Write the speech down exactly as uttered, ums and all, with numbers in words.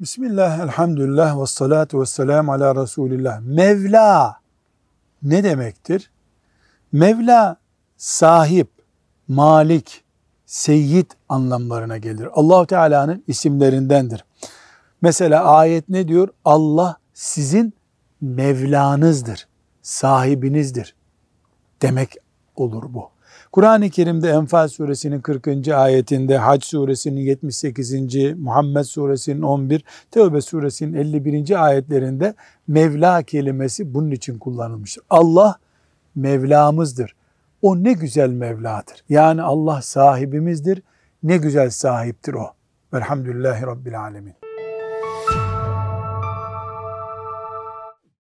Bismillah, elhamdülillah, ve salatu ve selamu ala Resulillah. Mevla ne demektir? Mevla sahip, malik, seyyid anlamlarına gelir. Allah-u Teala'nın isimlerindendir. Mesela ayet ne diyor? Allah sizin Mevlanızdır, sahibinizdir demek olur bu. Kur'an-ı Kerim'de Enfal suresinin kırkıncı ayetinde, Hac suresinin yetmiş sekizinci, Muhammed suresinin on bir, Tevbe suresinin elli birinci ayetlerinde Mevla kelimesi bunun için kullanılmıştır. Allah Mevlamızdır. O ne güzel Mevladır. Yani Allah sahibimizdir. Ne güzel sahiptir o. Velhamdülillahi Rabbil alemin.